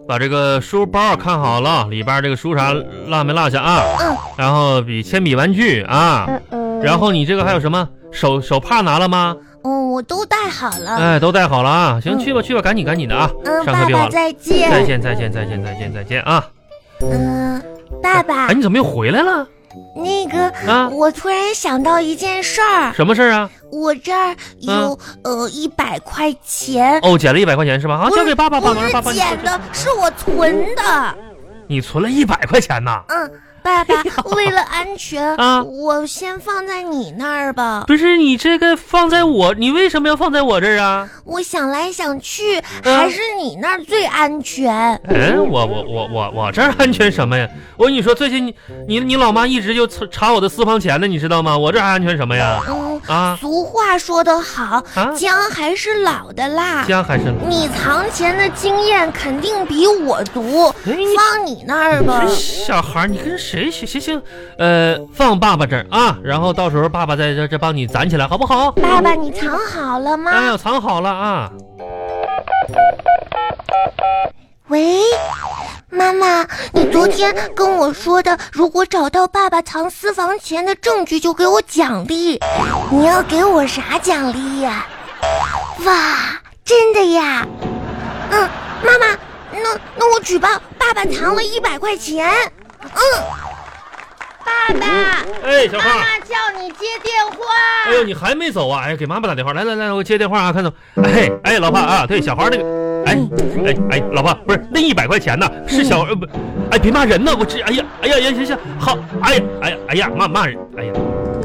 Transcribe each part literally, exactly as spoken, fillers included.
把这个书包看好了，里边这个书啥落没落下啊？ 嗯。 然后笔、铅笔、玩具啊。嗯嗯。然后你这个还有什么？手手帕拿了吗？ 嗯，我都带好了。 哎，都带好了啊。行，去吧去吧，赶紧赶紧的啊。 嗯， 上课别晚了。 爸爸再见。 再见再见再见再见再见啊。 嗯，爸爸。 哎，你怎么又回来了？ 那个啊， 我突然想到一件事儿。 什么事儿啊？ 我这儿有、嗯、呃一百块钱。 哦，捡了一百块钱是吧？啊，交给爸爸，爸爸，爸爸。 不是捡的，是我存的。 你存了一百块钱呐？ 嗯。爸爸，为了安全啊， 我先放在你那儿吧。 不是，你这个放在我，你为什么要放在我这儿啊？ 我想来想去，还是你那儿最安全。 嗯，我我我我我这儿安全什么呀？我跟你说，最近你你你老妈一直就查我的私房钱呢，你知道吗？我这还安全什么呀？ 嗯啊， 俗话说得好，啊、姜还是老的辣。 姜还是老。 你藏钱的经验肯定比我足，哎、放你那儿吧。 小孩，你跟谁？行行行，呃，放爸爸这儿啊，然后到时候爸爸在这这帮你攒起来，好不好？ 爸爸，你藏好了吗？ 哎，我藏好了啊。 喂，妈妈，你昨天跟我说的，如果找到爸爸藏私房钱的证据，就给我奖励。你要给我啥奖励呀？哇，真的呀？嗯，妈妈，那那我举报爸爸藏了一百块钱。嗯，爸爸， 哎，小花， 妈妈叫你接电话。 哎呦，你还没走啊？哎，给妈妈打电话，来来来，我接电话啊，看到。哎哎，老婆啊，对，小花那个，哎哎哎，老婆，不是那一百块钱呢，是小呃不，哎，别骂人呢，我这，哎呀哎呀呀，行行，好，哎呀哎呀哎呀，骂骂人，哎呀，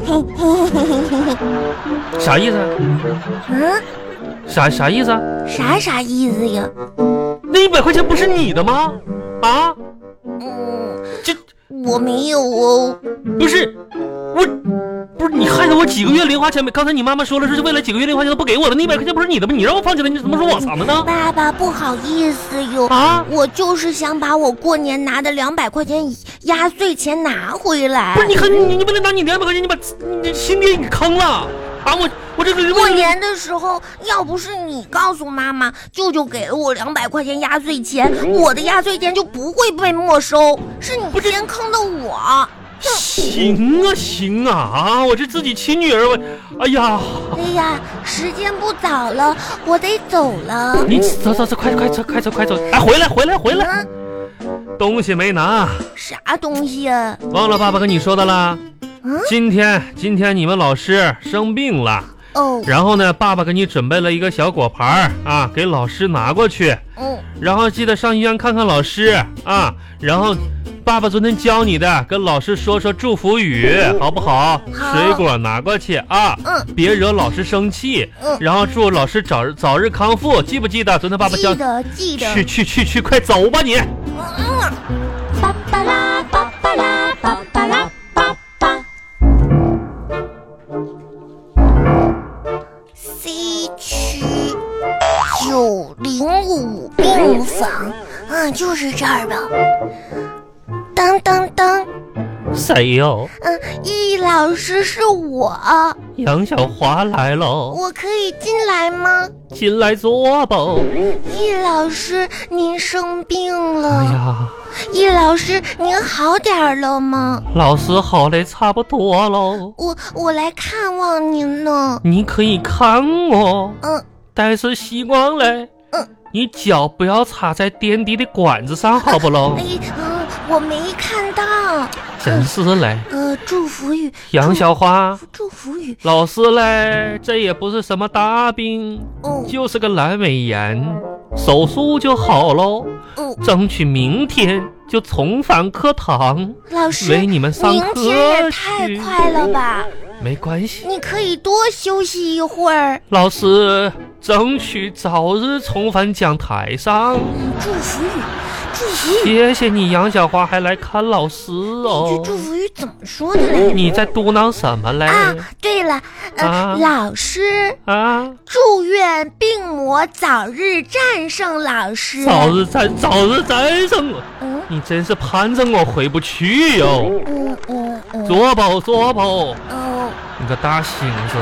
啥意思？ 嗯， 啥啥意思？ 啥啥意思呀？ 那一百块钱不是你的吗？啊？ 嗯， 这我没有哦。 不是，我不是你害得我几个月零花钱没？刚才你妈妈说了，是为了几个月零花钱都不给我了，那一百块钱不是你的吗？你让我放起来，你怎么说我藏的呢？ 爸爸，不好意思哟。 啊， 我就是想把我过年拿的两百块钱压岁钱拿回来。 不是，你看你你不能拿你两百块钱，你把你亲爹给坑了啊！我我这个过年的时候，要不是你告诉妈妈，舅舅给了我两百块钱压岁钱，我的压岁钱就不会被没收。是你先坑的我。 行啊行啊啊！我这自己亲女儿，我哎呀哎呀，时间不早了，我得走了。 你走走走，快快走快走快走！哎，回来回来回来！嗯、东西没拿。 啥东西啊？ 忘了爸爸跟你说的啦。 嗯， 今天今天你们老师生病了。 哦， 然后呢，爸爸给你准备了一个小果盘啊，给老师拿过去。 嗯， 然后记得上医院看看老师啊。然后，爸爸昨天教你的，跟老师说说祝福语，好不好？ 好。 水果拿过去啊， 嗯， 别惹老师生气。 嗯， 然后祝老师早日早日康复，记不记得？昨天爸爸教。 记得记得。 去去去去，快走吧你。 嗯，巴巴拉巴巴拉巴巴拉。C 区九零五病房，嗯，就是这儿吧。当当当， 谁哟？ 嗯，易老师是我。 杨小华来喽， 我可以进来吗？ 进来坐吧。 易老师，您生病了。 哎呀， 易老师，您好点了吗？ 老师好的差不多喽。 我我来看望您呢。 你可以看我， 嗯， 但是希望嘞， 嗯， 你脚不要插在点滴的管子上，好不喽？ 哎，嗯，我没看到。 真是嘞。 呃，祝福语。 杨小花， 祝福语。 老师嘞，这也不是什么大病， 哦， 就是个阑尾炎，手术就好喽。 哦， 争取明天就重返课堂。 老师， 为你们上课去。 明天也太快了吧？ 没关系， 你可以多休息一会儿。 老师，争取早日重返讲台上。 嗯，祝福语，祝福语。 谢谢你，杨小花还来看老师哦。 这句祝福语怎么说的来着？ 你在嘟囔什么嘞？ 啊，对了，呃， 啊、 老师啊， 祝愿病魔早日战胜老师。 早日战，早日战胜我。 嗯， 你真是盼着我回不去哟。 嗯嗯嗯， 坐吧，坐吧。 哦， 你个大星子。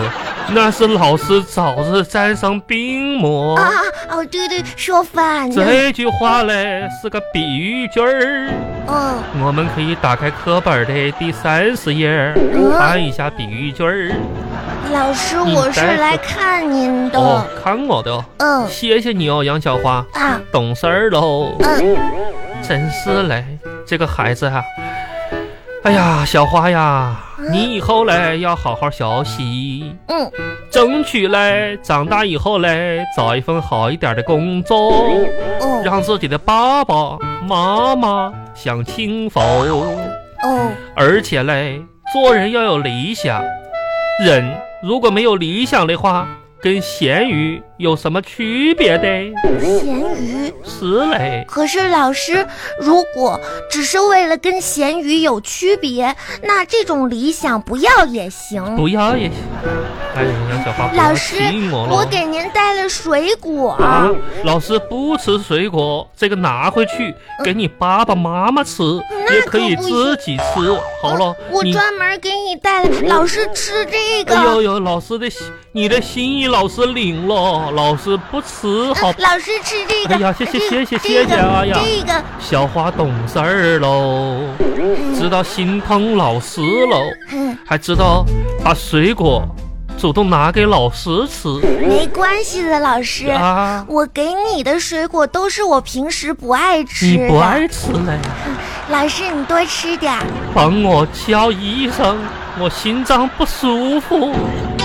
那是老师早日沾上病魔。 啊哦，对对，说反了。 这句话嘞是个比喻句儿。 嗯， 我们可以打开课本的第三十页， 嗯看一下比喻句儿。 老师， 你我是待会来看您的。 哦，看我的哦。 嗯谢谢你哦，杨小花， 啊懂事儿喽。 嗯真是嘞，这个孩子啊，哎呀，小花呀，你以后嘞要好好学习， 嗯争取嘞长大以后嘞找一份好一点的工作， 哦让自己的爸爸妈妈享清福。 哦而且嘞，做人要有理想，人如果没有理想的话，跟咸鱼有什么区别的？ 咸鱼。 是嘞。 可是老师，如果只是为了跟咸鱼有区别，那这种理想不要也行。 不要也行。哎呀，杨小花，不要老师气我了。 我给您带了水果。 啊，老师不吃水果，这个拿回去给你爸爸妈妈吃， 那也可以可不自己吃。好了， 我你专门给你带了。老师吃这个。 哎呦呦，老师的心，你的心意老师领了，老师不吃好。 老师吃这个。 哎呀，谢谢这谢谢这谢谢啊呀！ 这个小花懂事儿喽，知道心疼老师喽， 嗯， 还知道把水果主动拿给老师吃没关系的，老师。 啊。 我给你的水果都是我平时不爱吃的。 你不爱吃嘞？ 老师，你多吃点。 帮我叫医生，我心脏不舒服。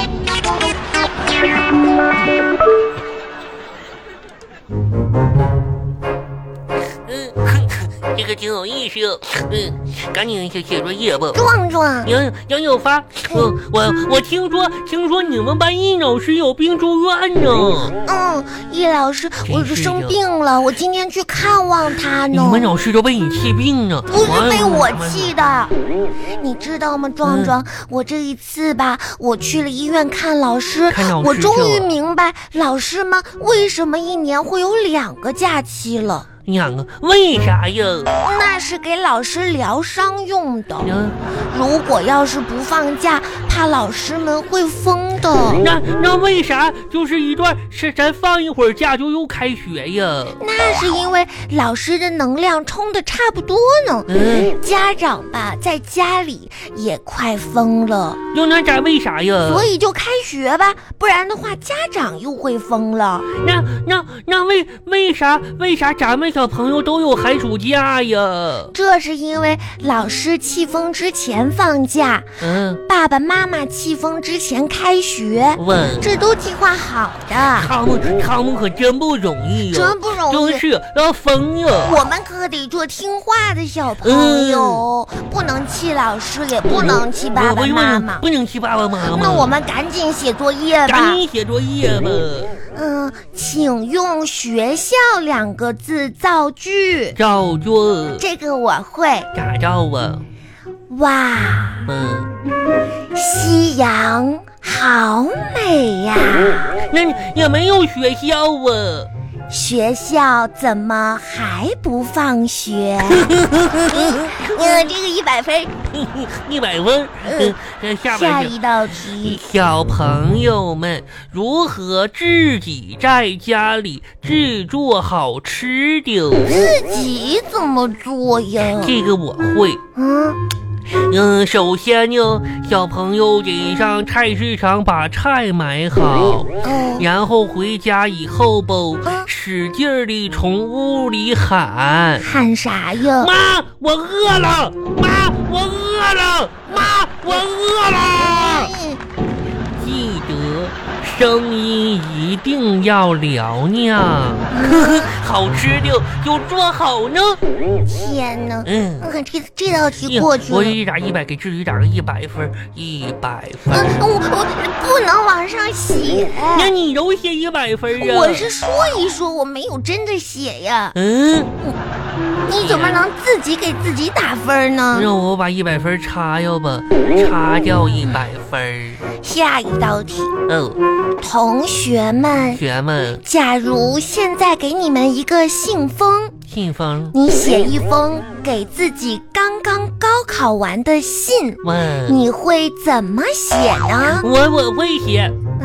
嗯，这个挺有意思。嗯，赶紧写写作业吧。 壮壮， 杨杨有发，我我我听说听说你们班易老师有病住院呢。 嗯，易老师，我真是的生病了，我今天去看望他呢。 你们老师都被你气病呢？ 不是被我哎呀气的，你知道吗，壮壮？我这一次吧，我去了医院看老师， 看老师我终于去了明白老师们为什么一年会有两个假期了。 两个为啥呀？ 那是给老师疗伤用的。 嗯， 如果要是不放假，怕老师们会疯的。 那那为啥就是一段是咱放一会儿假就又开学呀？ 那是因为老师的能量充的差不多呢。 嗯， 家长吧，在家里也快疯了， 又那咋为啥呀？ 所以就开学吧，不然的话家长又会疯了。 那那那为为啥为啥咱们小朋友都有寒暑假呀？ 这是因为老师气疯之前放假， 嗯， 爸爸妈妈气疯之前开学， 问这都计划好的， 他们他们可真不容易呀， 真不容易。 真是要疯呀！ 我们可得做听话的小朋友， 嗯、 不能气老师，也不能气爸爸妈妈， 不能气爸爸妈妈。 那我们赶紧写作业吧， 赶紧写作业吧。 嗯，请用学校两个字造句。 造句， 这个我会。 咋造啊？ 哇， 嗯， 夕阳好美呀！ 那也没有学校啊。 学校怎么还不放学？嗯，这个一百分， 一百分。嗯，下下一道题， 小朋友们如何自己在家里制作好吃的？ 自己怎么做呀？ 这个我会。 嗯。 嗯，首先呢，小朋友得上菜市场把菜买好， 哦、 然后回家以后吧， 嗯、 使劲的从屋里喊喊啥呀？ 妈，我饿了！妈，我饿了！妈，我饿了！ 嗯、 记得声音一定要嘹亮， 嗯、 好吃的就做好呢。 天哪！ 嗯， 嗯这这道题过去了。 我一打一百，给自己打个一百分，一百分。 嗯，我我不能往上写。 那你都写一百分啊？ 我是说一说，我没有真的写呀。 嗯， 你怎么能自己给自己打分呢？ 让我把一百分擦掉吧，擦掉一百分。 下一道题。 哦， 同学们， 学们， 假如现在给你们一个信封， 信封， 你写一封给自己刚刚高考完的信， 问你会怎么写呢？ 我我会写，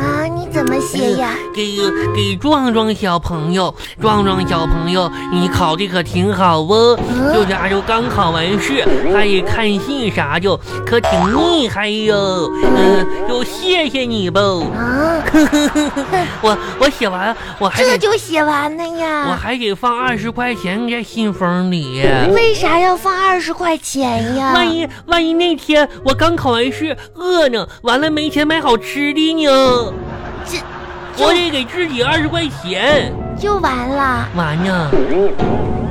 怎么写呀？ 给给壮壮小朋友，壮壮小朋友，你考的可挺好哦， 嗯就啥就刚考完试，还得看信啥就可挺厉害哟。嗯，就谢谢你吧。 啊， 我我写完，我还这得就写完了我呀？ 还得放二十块钱在信封里。 为啥要放二十块钱呀？ 万一万一那天我刚考完试饿呢，完了没钱买好吃的呢， 这我得给自己二十块钱。 就完了。 完呢。